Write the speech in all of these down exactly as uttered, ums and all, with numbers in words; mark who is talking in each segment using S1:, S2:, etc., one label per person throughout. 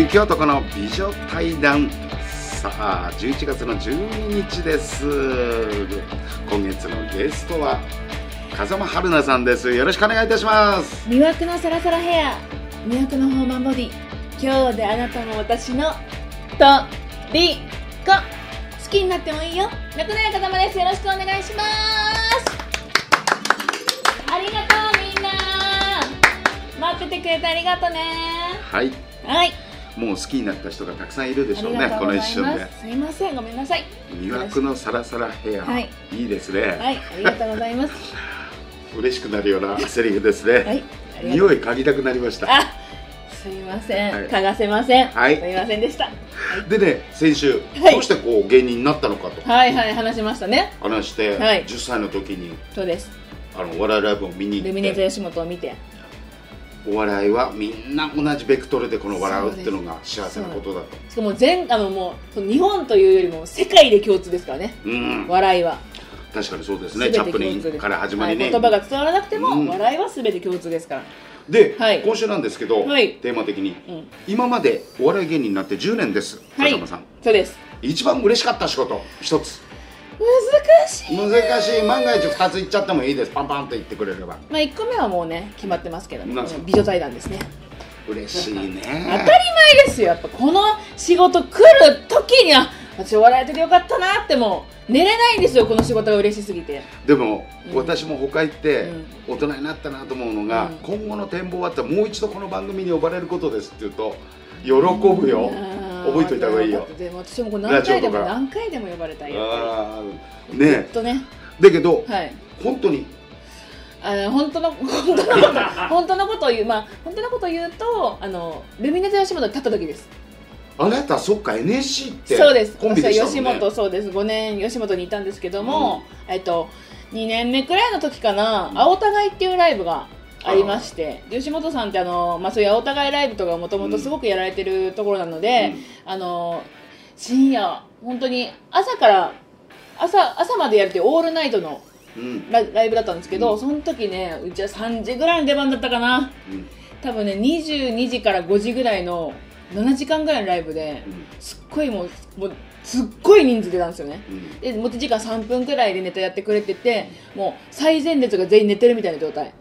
S1: 雪男の美女対談。さあじゅういちがつのじゅうににちです。今月のゲストは風間春菜さんです。よろしくお願いいたします。
S2: 魅惑のサラサラヘア、魅惑のホーマンボディ、今日であなたも私のとりこ、好きになってもいいよ、楽な風間です。よろしくお願いします。ありがとう、みんな待っててくれてありがとうね。
S1: はい
S2: はい、
S1: もう好きになった人がたくさんいるでしょうね、こ
S2: ありがとうござい
S1: の一瞬で。
S2: ます。すいません、ごめんなさい。
S1: 魅惑のサラサラヘア、
S2: はい、
S1: いいですね。
S2: はい、ありがとうございます
S1: 嬉しくなるようなセリフですね。
S2: はい、
S1: 匂い嗅ぎたくなりました。
S2: あ、すいません、
S1: はい、
S2: 嗅がせません。
S1: はい、
S2: すいませんでした。はい、
S1: でね、先週、
S2: はい、
S1: どうしてこう芸人になったのかと
S2: はいはい話しましたね。
S1: 話して、
S2: はい、
S1: じゅっさいの時に
S2: そうです、
S1: あのお笑いライブを見に行って、
S2: ルミネーター吉本を見て、
S1: お笑いはみんな同じベクトルでこの笑うっていうのが幸せなことだと。
S2: しかも全あのもうその日本というよりも世界で共通ですからね、うん、笑いは。
S1: 確かにそうですね。チャップリンから始まりね、
S2: はい、言葉が伝わらなくても、うん、笑いは全て共通ですから。
S1: で、
S2: はい、
S1: 今週なんですけど、はい、テーマ的に、うん、今までお笑い芸人になってじゅうねんです、風間さん。
S2: そうです。
S1: 一番嬉しかった仕事一つ。
S2: 難しい
S1: 難しい。万が一ふたつ言っちゃってもいいです。パンパンと言ってくれれば。
S2: まあいっこめはもうね決まってますけども、美女対談ですね。
S1: 嬉しいね。当たり
S2: 前ですよ。やっぱこの仕事来る時には私お笑いとてよかったなって、もう寝れないんですよ、この仕事が嬉しすぎて。
S1: でも、うん、私も他行って大人になったなと思うのが、うん、今後の展望はあったらもう一度この番組に呼ばれることですって言うと喜ぶよ。覚えといた方がいいよ。
S2: でも私もこう何回でも何回でも呼ばれたいよ。
S1: あねえ。
S2: とね。
S1: だけど、
S2: はい、
S1: 本当に
S2: あの本当の本当のこと本当のことを言う、まあ本当のことを言うと、あのルミネーター吉本に立った時です。あ
S1: なたそっか エヌエスシー って
S2: そうです。
S1: コンビでしたもんね。
S2: 吉本、そうです。ごねん吉本にいたんですけども、うん、えっとにねんめくらいの時かな、青互いっていうライブがありまして、吉本さんってあの、まあ、そういうお互いライブとかもともとすごくやられてるところなので、うん、あの深夜本当に朝から朝朝までやるっていうオールナイトのラ、うん、ライブだったんですけど、うん、その時ね、うちはさんじぐらいの出番だったかな、うん、多分ねにじゅうにじからごじぐらいのななじかんぐらいのライブで、うん、すっごいもうもうすっごい人数出たんですよね、うん、で持ち時間さんぷんくらいでネタやってくれてて、もう最前列が全員寝てるみたいな状態、うん、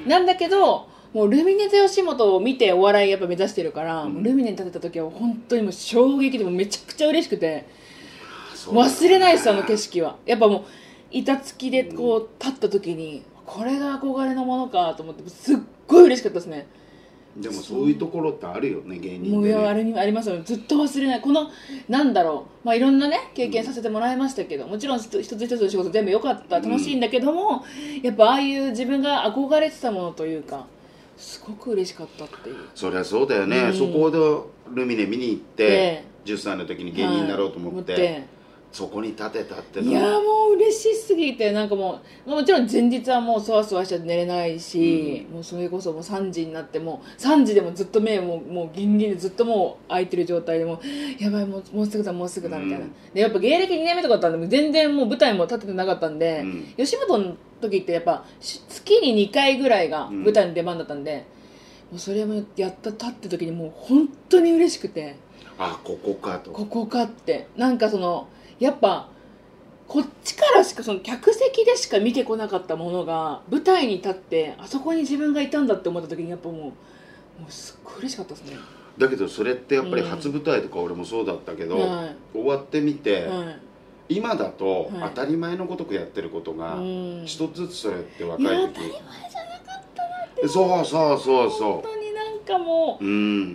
S2: なんだけどもうルミネーター吉本を見てお笑いやっぱ目指してるから、うん、もうルミネに立てた時は本当にもう衝撃でもめちゃくちゃ嬉しくて、忘れないです、あの景色は。やっぱもう板付きでこう立った時に、これが憧れのものかと思ってすっごい嬉しかったですね。
S1: でもそういうところってあるよね、芸人でね。
S2: もういや、あれにありますよ。ずっと忘れない。このなんだろう、まあいろんなね経験させてもらいましたけど、もちろん一つ一つの仕事全部良かった、楽しいんだけども、うん、やっぱああいう自分が憧れてたものというか、すごく嬉しかったっていう。
S1: そりゃそうだよね、うん、そこでルミネ見に行って、ね、じゅっさいの時に芸人になろうと思って、はい、ってそこに立てたってのは、
S2: いやもう嬉しすぎて、なんかもうもちろん前日はもうそわそわしちゃって寝れないし、うん、もうそれこそもうさんじになってもうさんじでもずっと目ももうギンギンでずっともう開いてる状態でもうやばい、もうもうすぐだもうすぐだみたいな、うん、でやっぱ芸歴にねんめとかだったんで全然もう舞台も立ててなかったんで、うん、吉本の時ってやっぱ月ににかいぐらいが舞台の出番だったんで、もうそれもやった立って時にもう本当に嬉しくて、
S1: あここかと、
S2: ここかって、なんかそのやっぱこっちからしか、その客席でしか見てこなかったものが舞台に立ってあそこに自分がいたんだって思った時にやっぱもう、もうすっごい嬉しかったですね。
S1: だけどそれってやっぱり初舞台とか俺もそうだったけど、うん、終わってみて、はい、今だと当たり前のごとくやってることが一つずつそれって若い時、いや
S2: 当たり前じゃなかったなって、
S1: そうそうそうそう、
S2: 本当になんかもう、うん、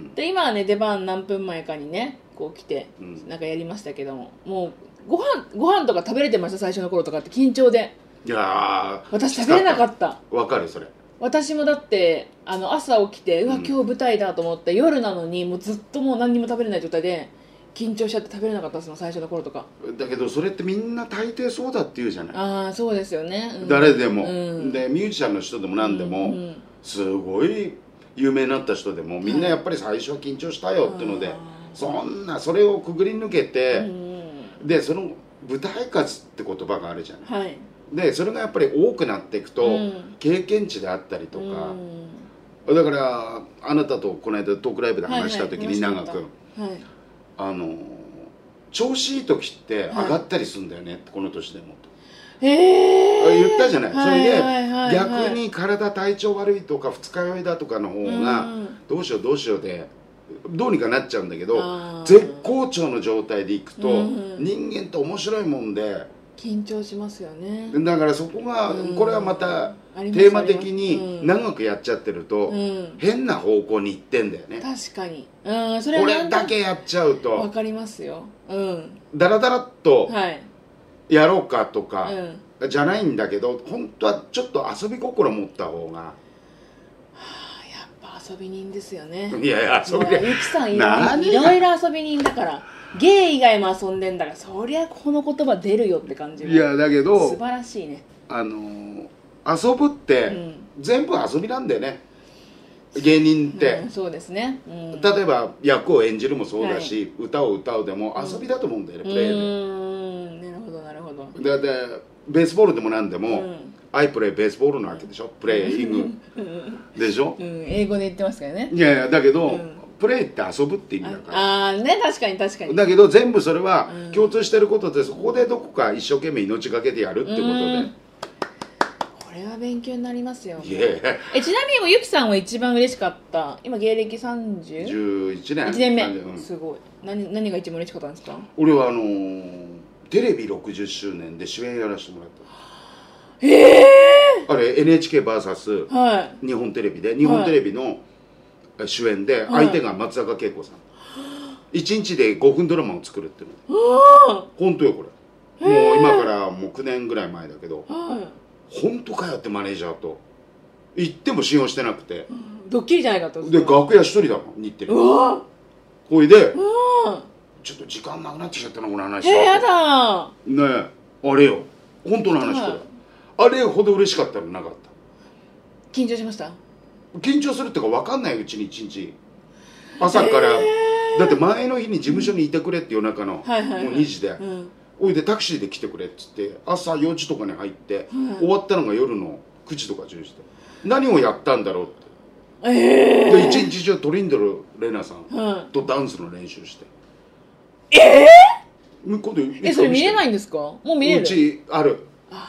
S2: で今はね出番何分前かにねこう来て、うん、なんかやりましたけども、もうご飯ご飯とか食べれてました、最初の頃とかって緊張で。
S1: いや
S2: 私食べれなかった。
S1: わかるそれ。
S2: 私もだってあの朝起きて、うわ、うん、今日舞台だと思って夜なのにもうずっともう何にも食べれない状態で緊張しちゃって食べれなかったですの、最初の頃とか。
S1: だけどそれってみんな大抵そうだって言うじゃない。
S2: ああそうですよね、
S1: うん、誰でも、うん、でミュージシャンの人でも何でも、うんうん、すごい有名になった人でもみんなやっぱり最初は緊張したよってので、はい、そんなそれをくぐり抜けて、うんでその舞台活って言葉があるじゃない、はい、でそれがやっぱり多くなっていくと、うん、経験値であったりとか、 だからあなたとこの間トークライブで話した時に長く、
S2: はい、
S1: あの調子いい時って上がったりするんだよね、はい、この年でもと、
S2: へえ
S1: 言ったじゃない、はい、それで、
S2: はいはいはい、
S1: 逆に体体調悪いとか二日酔いだとかの方が、うん、どうしようどうしようでどうにかなっちゃうんだけど、絶好調の状態でいくと、うん、人間って面白いもんで
S2: 緊張しますよね。
S1: だからそこが、うん、これはまたテーマ的に長くやっちゃってると、うん、変な方向に行ってんだよね。
S2: 確かに、うん、それは
S1: これだけやっちゃうと
S2: わかりますよ、うん、
S1: だらだらっとやろうかとか、うん、じゃないんだけど、本当はちょっと遊び心持った方が、
S2: 遊び人ですよね。
S1: いやいや遊び人、
S2: ゆきさんいろいろ遊び人だから、ゲイ以外も遊んでんだから、そりゃこの言葉出るよって感じ。
S1: いやだけど
S2: 素晴らしいね。
S1: あの遊ぶって、うん、全部遊びなんだよね、芸人って、
S2: うん、そうですね、うん、
S1: 例えば役を演じるもそうだし、はい、歌を歌うでも遊びだと思うんだよね、うん、プレーで。う
S2: ーん、なるほどなるほど。
S1: だってベースボールでもなんでも、うんアイプレイベースボールなわけでしょ、プレイングでしょ、
S2: うん、英語で言ってますからね。
S1: いやいやだけど、うん、プレイって遊ぶって意味だから。
S2: ああね、確かに確かに。
S1: だけど全部それは共通してることで、そこでどこか一生懸命命がけてやるってことで、
S2: これは勉強になりますよ。
S1: いやいや
S2: え、ちなみにゆきさんは一番嬉しかった、今芸歴さんじゅう
S1: じゅういちねん
S2: いちねんめ、うん、すごい。 何, 何が一番嬉しかったんですか？
S1: 俺はあのー、テレビろくじゅっしゅうねんで主演やらせてもらった。
S2: ええー、
S1: あれ エヌエイチケーブイエス 日本テレビで、日本テレビの主演で、相手が松坂慶子さん、いちにちでごふんドラマを作るっていうの。本当よこれ、もう今からもうきゅうねんぐらい前だけど、本当かよってマネージャーと言っても信用してなくて、
S2: ドッキリじゃないかと。
S1: で楽屋一人だもん、日テレ。これでちょっと時間なくなってきちゃったなこの話。
S2: えー、やだ
S1: ねえ、あれよ本当の話これ。あれほど嬉しかったのなかった。
S2: 緊張しました？
S1: 緊張するっていうか分かんないうちに一日朝から、えー、だって前の日に事務所にいてくれって夜中のもうにじで、うん、おいでタクシーで来てくれっつって朝よじとかに入って、うん、終わったのが夜のくじとかじゅうじで、何をやったんだろうって、えー、で一日中トリンドル玲奈さんとダンスの練習して、
S2: え
S1: ー、今度
S2: えそれ見れないんですか？もう見れる？
S1: うちある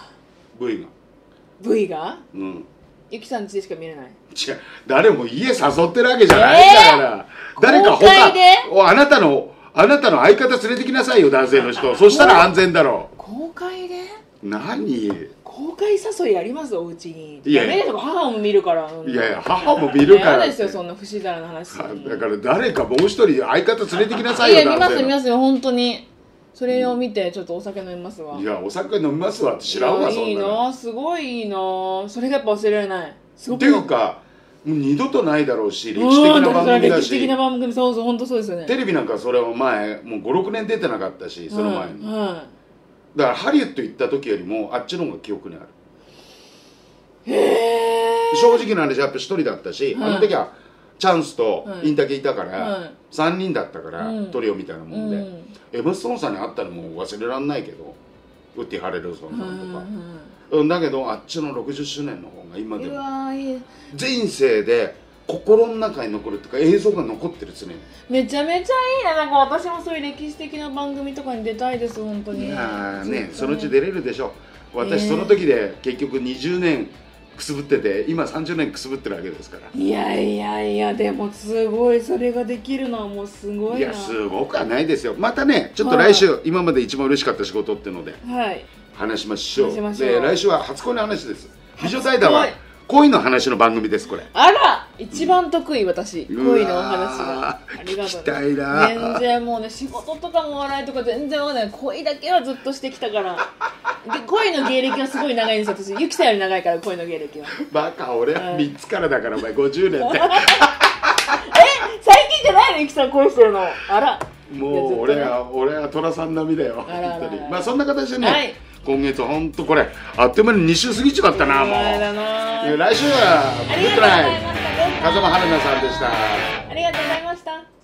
S1: V が
S2: V が？
S1: うん、
S2: ゆきさん家でしか見れない。
S1: 違う、誰も家誘ってるわけじゃないんだから、えー、誰か他であなたのあなたの相方連れてきなさいよ、男性の人。そしたら安全だろう。
S2: 公開で？
S1: 何
S2: 公開誘いあります？お家に。いやいや母も見るから。
S1: いやいや母も見るから。
S2: 嫌ですよそんな不自然な話。
S1: だから誰かもう一人相方連れてきなさいよ。
S2: いや見ます見ますよ本当に。それを見てちょっとお酒飲みますわ。
S1: いやお酒飲みますわって知らんわ。そんな。
S2: いいな、すごいいいな。それがやっぱ忘れられない。すごく。
S1: っていうかもう二度とないだろうし、歴史的な番組だし。
S2: 歴史的な番組、そうそう本当そうですよね。
S1: テレビなんかそれは前もうごろくねん出てなかったし、その前に、はいはい、だからハリウッド行った時よりもあっちの方が記憶にある。へえ。正直な話やっぱ一人だったし、はい、あの時はチャンスとインタケいたから、はい、さんにんだったから、うん、トリオみたいなもんで、うん、エマストーンさんに会ったのも忘れらんないけど、ウッディ・ハレルソンさんとか、うん、だけどあっちのろくじゅっしゅうねんの方が今でも人生で心の中に残るっていうか映像が残ってる常に。
S2: めちゃめちゃいいね。なんか私もそういう歴史的な番組とかに出たいです本当に。
S1: いやね、そのうち出れるでしょ。私、えー、その時で結局にじゅうねんくすぶってて、今さんじゅうねんくすぶってるわけですから。
S2: いやいやいや、でもすごい、それができるのはもうすごいな。
S1: いやすごくはないですよ。またねちょっと来週、はい、今まで一番嬉しかった仕事っていうので、はい、話しましょう。で来週は初恋の話です。美女対談は恋の話の番組です。これ
S2: あら一番得意、私恋のお話が。ありがとう。
S1: 聞きたいな。
S2: 全然もうね、仕事とかも笑いとか全然わかんない。恋だけはずっとしてきたからで恋の芸歴はすごい長いんですよ私。ゆきさんより長いから恋の芸歴は。
S1: バカ、俺はみっつからだから、お前ごじゅうねんってえ
S2: 最近じゃないのゆきさん恋してるの。あら
S1: もう俺は俺は寅さん並みだよ。
S2: あらあらあら。
S1: まあそんな形でね、はい、今月本当これあっという間にに週過ぎちまったな。もう来週はグッドナイト風間春菜さんでした。
S2: ありがとうございました。